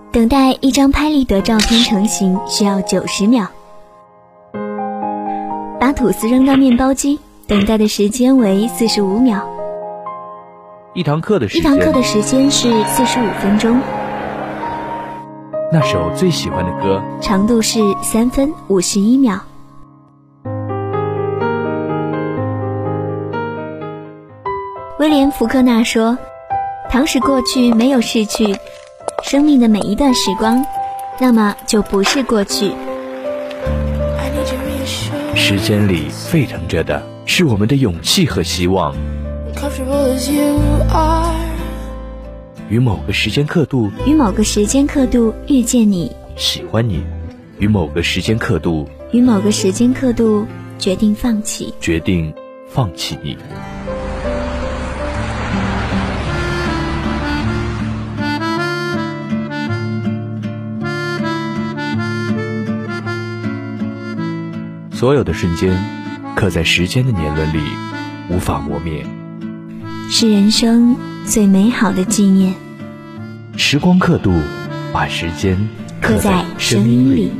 等待一张拍立得照片成型需要90秒。把吐司扔到面包机，等待的时间为45秒。 一堂课的时间是45分钟。 那首最喜欢的歌， 长度是3分51秒。威廉·福克纳说，倘使过去没有逝去，生命的每一段时光，那么就不是过去。 时间里沸腾着的是我们的勇气和希望。与某个时间刻度遇见你， 喜欢你；与某个时间刻度决定放弃你。所有的瞬间刻在时间的年轮里，无法磨灭， 是人生最美好的纪念。 时光刻度，把时间刻在声音里。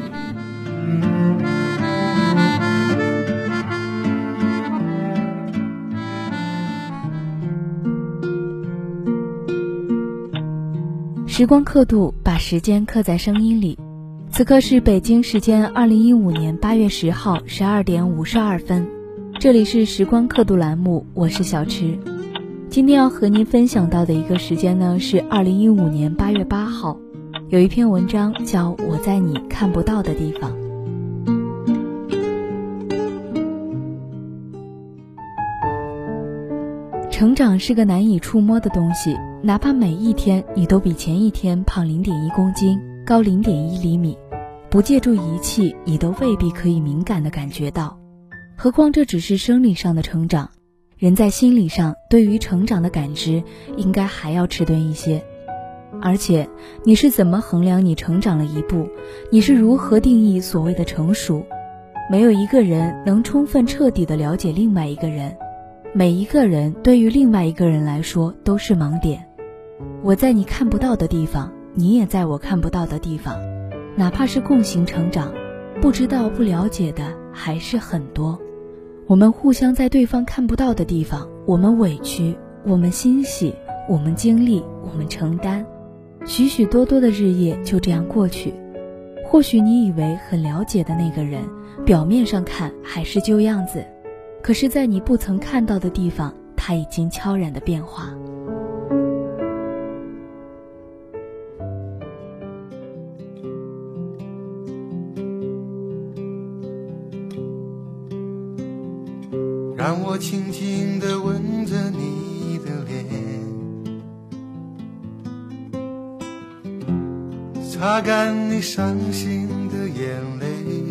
时光刻度，把时间刻在声音里。此刻是北京时间2015年8月10号12点52分，这里是时光刻度栏目，我是小池。今天要和您分享到的一个时间呢，是2015年8月8号，有一篇文章叫《我在你看不到的地方》。成长是个难以触摸的东西，哪怕每一天你都比前一天胖0.1公斤，高0.1厘米，不借助仪器你都未必可以敏感地感觉到，何况这只是生理上的成长，人在心理上对于成长的感知应该还要迟钝一些。而且你是怎么衡量你成长了一步，你是如何定义所谓的成熟？没有一个人能充分彻底地了解另外一个人，每一个人对于另外一个人来说都是盲点。我在你看不到的地方，你也在我看不到的地方，哪怕是共行成长，不知道不了解的还是很多。我们互相在对方看不到的地方，我们委屈，我们欣喜，我们经历，我们承担，许许多多的日夜就这样过去。或许你以为很了解的那个人，表面上看还是旧样子，可是在你不曾看到的地方，他已经悄然的变化。 让我轻轻地吻着你的脸，擦干你伤心的眼泪，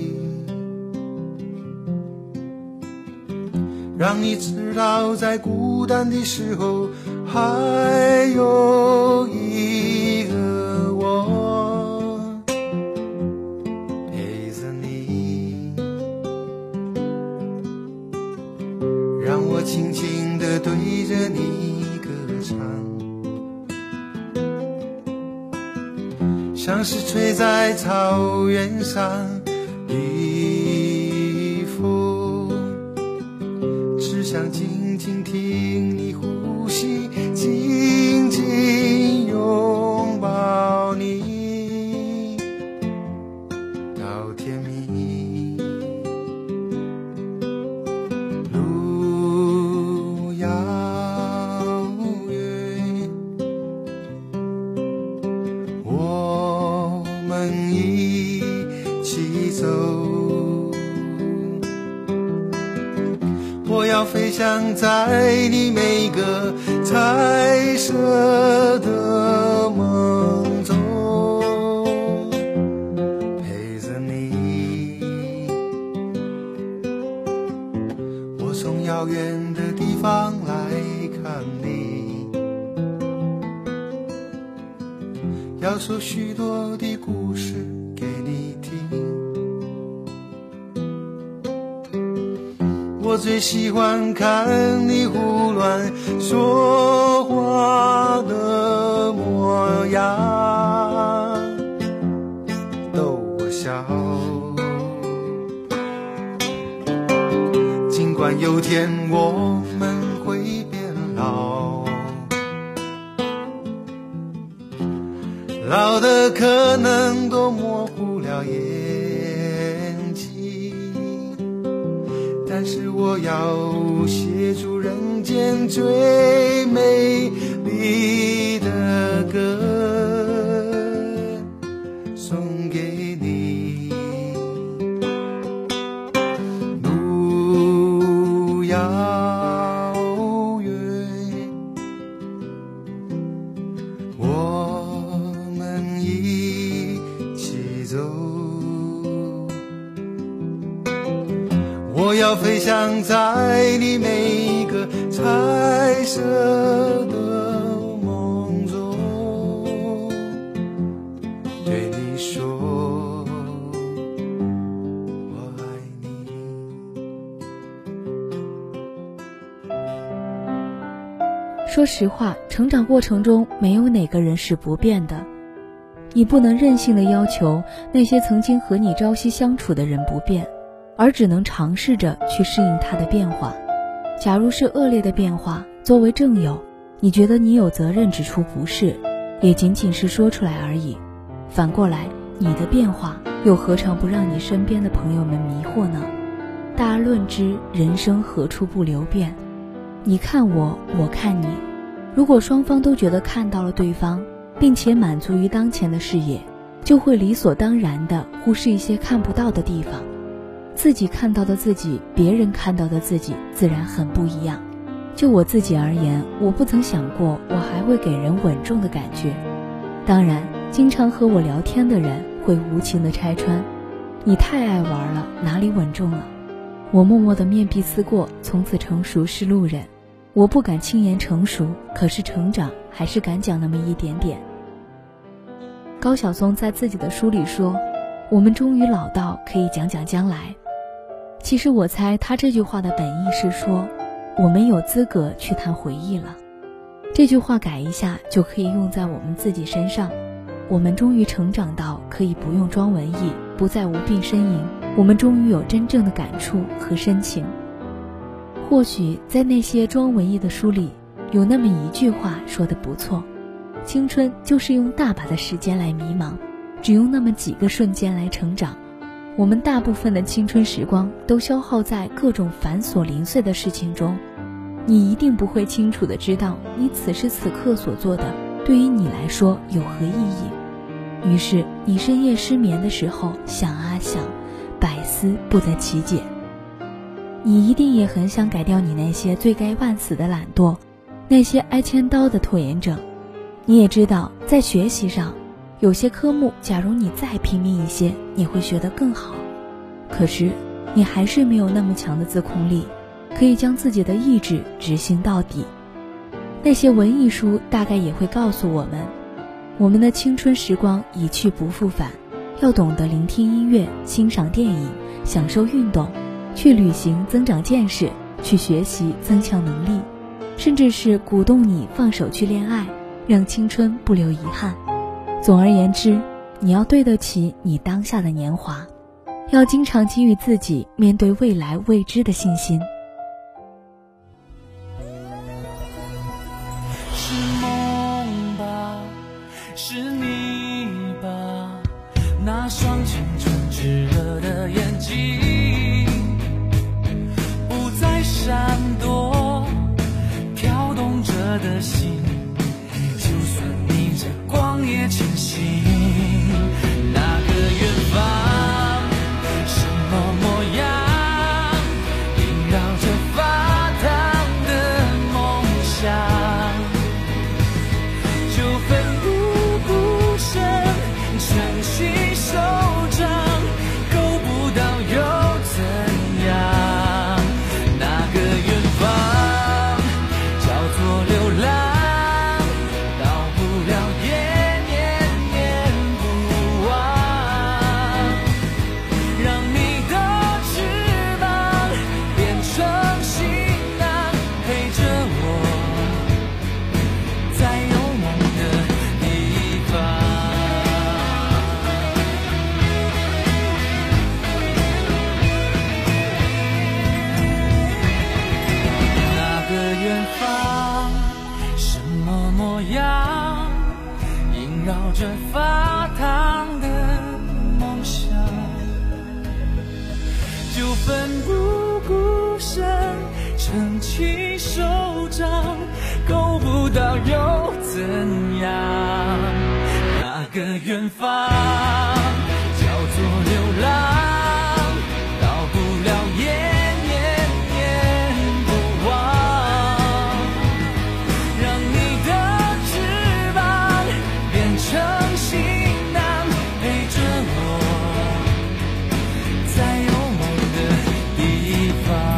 让你知道在孤单的时候还有一个我陪着你，让我轻轻地对着你歌唱，像是吹在草原上的风，只想静静听你呼吸，紧紧拥抱你到天明。路遥远，我们一起走，我要飞翔在你每个彩色的梦中，陪着你。我从遥远的地方来看你，要说许多的故事给你听。我最喜欢看你胡乱说话的模样， 晚有天我们会变老，老的可能都模糊了眼睛，但是我要写出人间最美丽的歌送给你。路遥远，我们一起走，我要飞翔在你每一个彩色的梦中，对你说我爱你。 说实话，成长过程中没有哪个人是不变的，你不能任性的要求那些曾经和你朝夕相处的人不变，而只能尝试着去适应他的变化。假如是恶劣的变化，作为正友，你觉得你有责任指出不是，也仅仅是说出来而已。反过来，你的变化又何尝不让你身边的朋友们迷惑呢？大而论之，人生何处不流变？你看我，我看你，如果双方都觉得看到了对方，并且满足于当前的视野，就会理所当然地忽视一些看不到的地方。自己看到的自己，别人看到的自己自然很不一样。就我自己而言，我不曾想过我还会给人稳重的感觉。当然，经常和我聊天的人会无情地拆穿，你太爱玩了，哪里稳重了？我默默地面壁思过，从此成熟是路人。我不敢轻言成熟，可是成长还是敢讲那么一点点。高晓松在自己的书里说，我们终于老到可以讲讲将来。其实我猜他这句话的本意是说，我们有资格去谈回忆了。这句话改一下就可以用在我们自己身上。我们终于成长到可以不用装文艺，不再无病呻吟，我们终于有真正的感触和深情。或许在那些装文艺的书里，有那么一句话说得不错，青春就是用大把的时间来迷茫，只用那么几个瞬间来成长。我们大部分的青春时光都消耗在各种繁琐零碎的事情中，你一定不会清楚地知道你此时此刻所做的对于你来说有何意义。于是你深夜失眠的时候想啊想，百思不得其解。你一定也很想改掉你那些罪该万死的懒惰，那些挨千刀的拖延症。你也知道，在学习上有些科目，假如你再拼命一些，你会学得更好。可是你还是没有那么强的自控力，可以将自己的意志执行到底。那些文艺书大概也会告诉我们，我们的青春时光一去不复返，要懂得聆听音乐，欣赏电影，享受运动，去旅行增长见识，去学习增强能力，甚至是鼓动你放手去恋爱，让青春不留遗憾。总而言之，你要对得起你当下的年华，要经常给予自己面对未来未知的信心。 是梦吧，是你吧，那双青春炙热的眼睛不再闪躲，跳动着的心，就算逆着光也前行。那个远方什么模样，萦绕着发烫的梦想，就奋不顾身撑起手掌，够不到又怎样？那个远方叫做流浪，到不了也念念不忘，让你的翅膀变成行囊，陪着我在有梦的绕着发烫的梦想，就奋不顾身撑起手掌，够不到又怎样？那个远方叫做流浪，到不了延不忘，让你的翅膀变成行囊，陪着我在有梦的地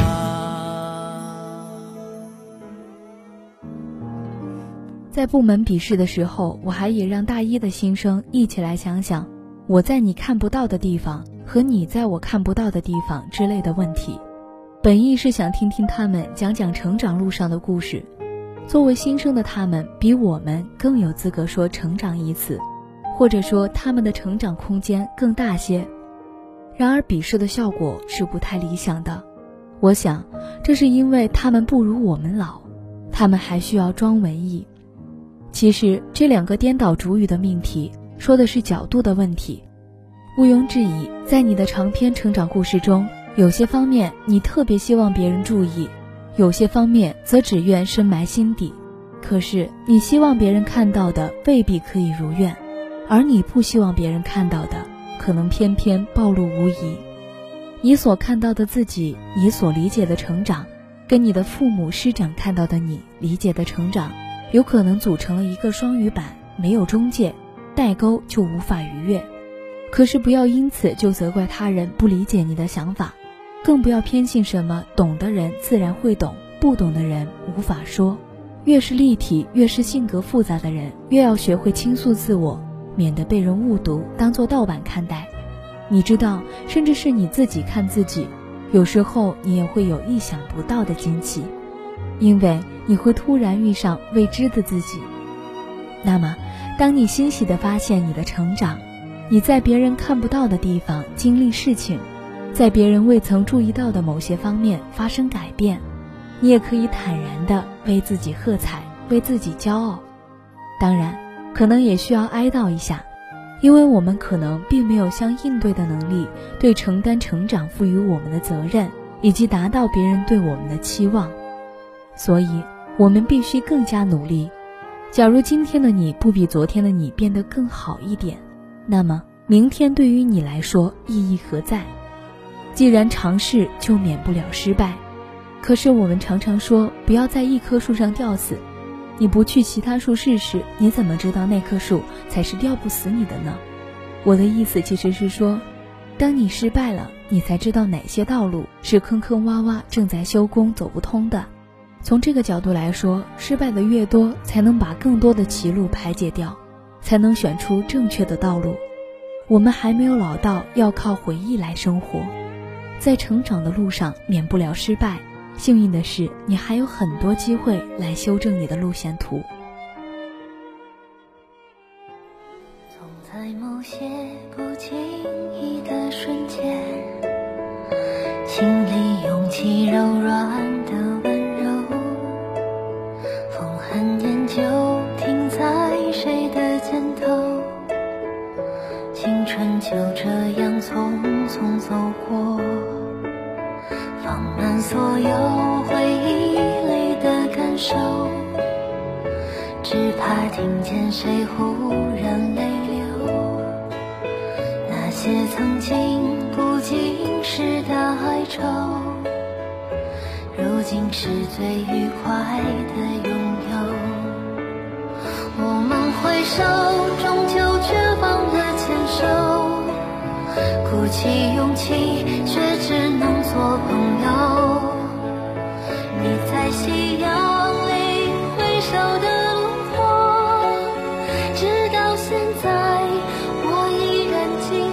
方。 在部门笔试的时候，我还也让大一的新生一起来想想我在你看不到的地方和你在我看不到的地方之类的问题。本意是想听听他们讲讲成长路上的故事，作为新生的他们比我们更有资格说成长一词，或者说他们的成长空间更大些。然而笔试的效果是不太理想的，我想这是因为他们不如我们老，他们还需要装文艺。其实这两个颠倒主语的命题说的是角度的问题。毋庸置疑，在你的长篇成长故事中，有些方面你特别希望别人注意，有些方面则只愿深埋心底。可是你希望别人看到的未必可以如愿，而你不希望别人看到的可能偏偏暴露无遗。你所看到的自己，你所理解的成长，跟你的父母师长看到的你理解的成长，有可能组成了一个双语板，没有中介，代沟就无法逾越。可是不要因此就责怪他人不理解你的想法，更不要偏信什么懂的人自然会懂，不懂的人无法说。越是立体，越是性格复杂的人，越要学会倾诉自我，免得被人误读，当作盗版看待。你知道，甚至是你自己看自己，有时候你也会有意想不到的惊奇，因为你会突然遇上未知的自己。那么当你欣喜地发现你的成长，你在别人看不到的地方经历事情，在别人未曾注意到的某些方面发生改变，你也可以坦然地为自己喝彩，为自己骄傲。当然可能也需要哀悼一下，因为我们可能并没有相应对的能力，对承担成长赋予我们的责任，以及达到别人对我们的期望，所以我们必须更加努力。假如今天的你不比昨天的你变得更好一点，那么明天对于你来说意义何在？既然尝试就免不了失败，可是我们常常说不要在一棵树上吊死，你不去其他树试试，你怎么知道那棵树才是吊不死你的呢？我的意思其实是说，当你失败了，你才知道哪些道路是坑坑洼洼正在修工走不通的。从这个角度来说，失败的越多，才能把更多的歧路排解掉，才能选出正确的道路。我们还没有老到要靠回忆来生活，在成长的路上免不了失败，幸运的是你还有很多机会来修正你的路线图。 总在某些不经意的瞬间，心里涌起柔软的温柔，风很远就停在谁的肩头，青春就这样匆匆走过，放满所有回忆里的感受，只怕听见谁忽然泪流，那些曾经不经事的哀愁，如今是最愉快的拥有。我们挥手，终究却忘了牵手，鼓起勇气，却只能做朋友。你在夕阳里挥手的轮廓，直到现在我依然记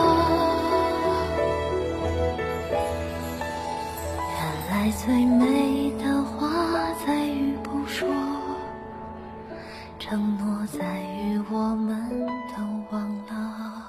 得。原来最美的话在于不说，承诺在于我们都忘了。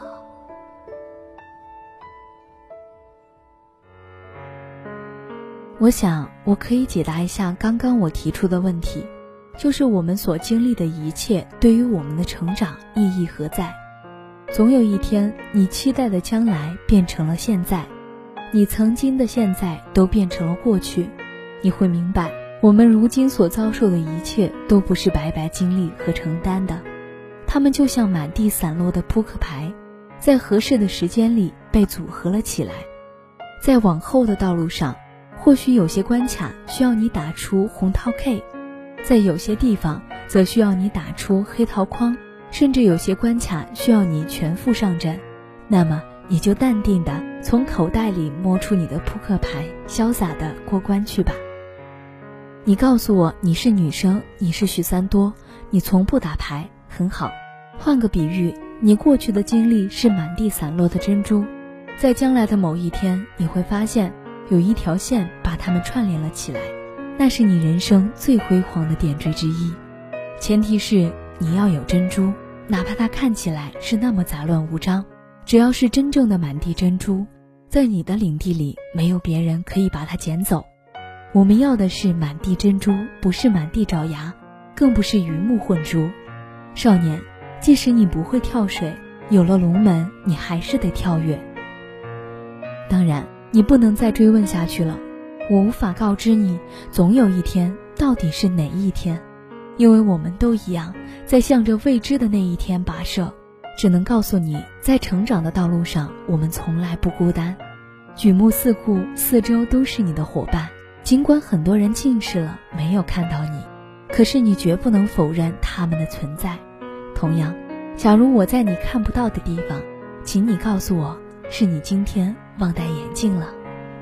我想我可以解答一下刚刚我提出的问题， 就是我们所经历的一切对于我们的成长意义何在。总有一天，你期待的将来变成了现在，你曾经的现在都变成了过去。你会明白，我们如今所遭受的一切都不是白白经历和承担的，它们就像满地散落的扑克牌，在合适的时间里被组合了起来。在往后的道路上，或许有些关卡需要你打出红桃 K， 在有些地方则需要你打出黑桃框，甚至有些关卡需要你全副上阵。那么你就淡定地从口袋里摸出你的扑克牌，潇洒地过关去吧。你告诉我你是女生，你是许三多，你从不打牌，很好。换个比喻，你过去的经历是满地散落的珍珠，在将来的某一天，你会发现有一条线把它们串联了起来，那是你人生最辉煌的点缀之一。前提是你要有珍珠，哪怕它看起来是那么杂乱无章，只要是真正的满地珍珠，在你的领地里没有别人可以把它捡走。我们要的是满地珍珠，不是满地找牙，更不是鱼目混珠。少年，即使你不会跳水，有了龙门，你还是得跳跃。当然，你不能再追问下去了，我无法告知你总有一天到底是哪一天，因为我们都一样，在向着未知的那一天跋涉。只能告诉你，在成长的道路上，我们从来不孤单，举目四顾，四周都是你的伙伴。尽管很多人近视了，没有看到你，可是你绝不能否认他们的存在。同样，假如我在你看不到的地方，请你告诉我，是你今天忘戴眼镜了。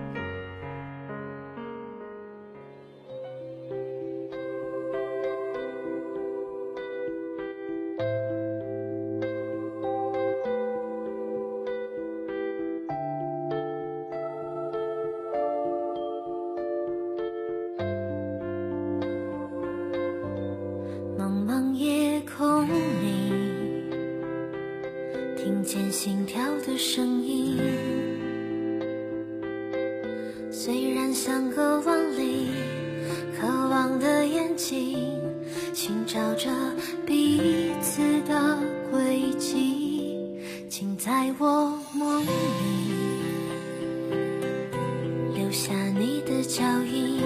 茫茫夜空里，听见心跳的声音，虽然相隔万里，渴望的眼睛寻找着彼此的轨迹，请在我梦里留下你的脚印。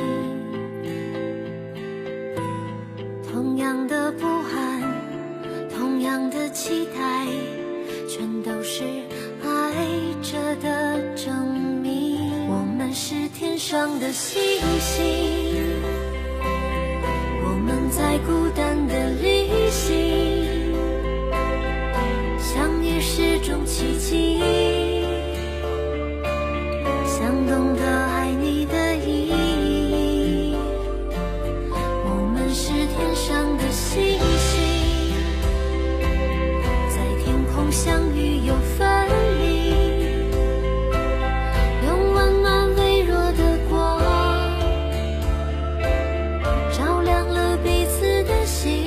同样的不安，同样的期待，全都是爱着的证明。我们是天上的星星，我们在孤单的旅行，相遇是种奇迹，想懂得爱你的意义。我们是天上的星星，在天空相遇又分离，用温暖微弱的光照亮了彼此的心。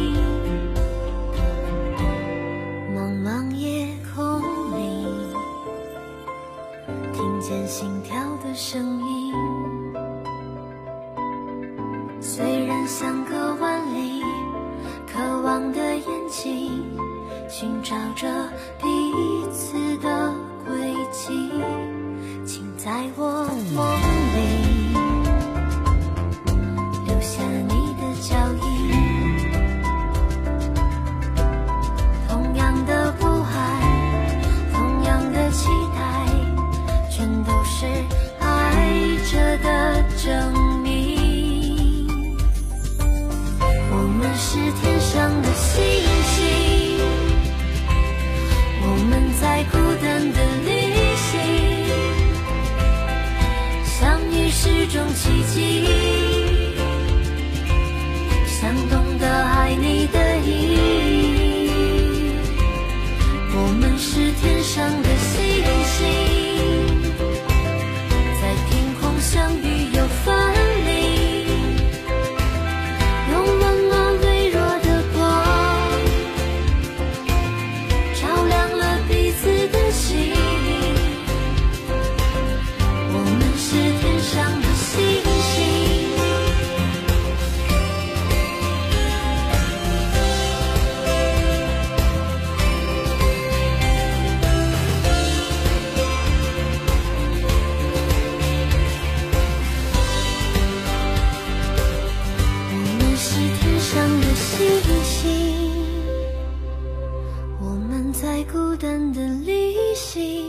茫茫夜空里，听见心跳的声音，虽然相隔万里，渴望的眼睛寻找着彼此的轨迹，请在我梦里留下你的脚印。同样的不安，同样的期待，全都是爱着的证明。我们是天上的星星，我们在孤单的旅行， 记。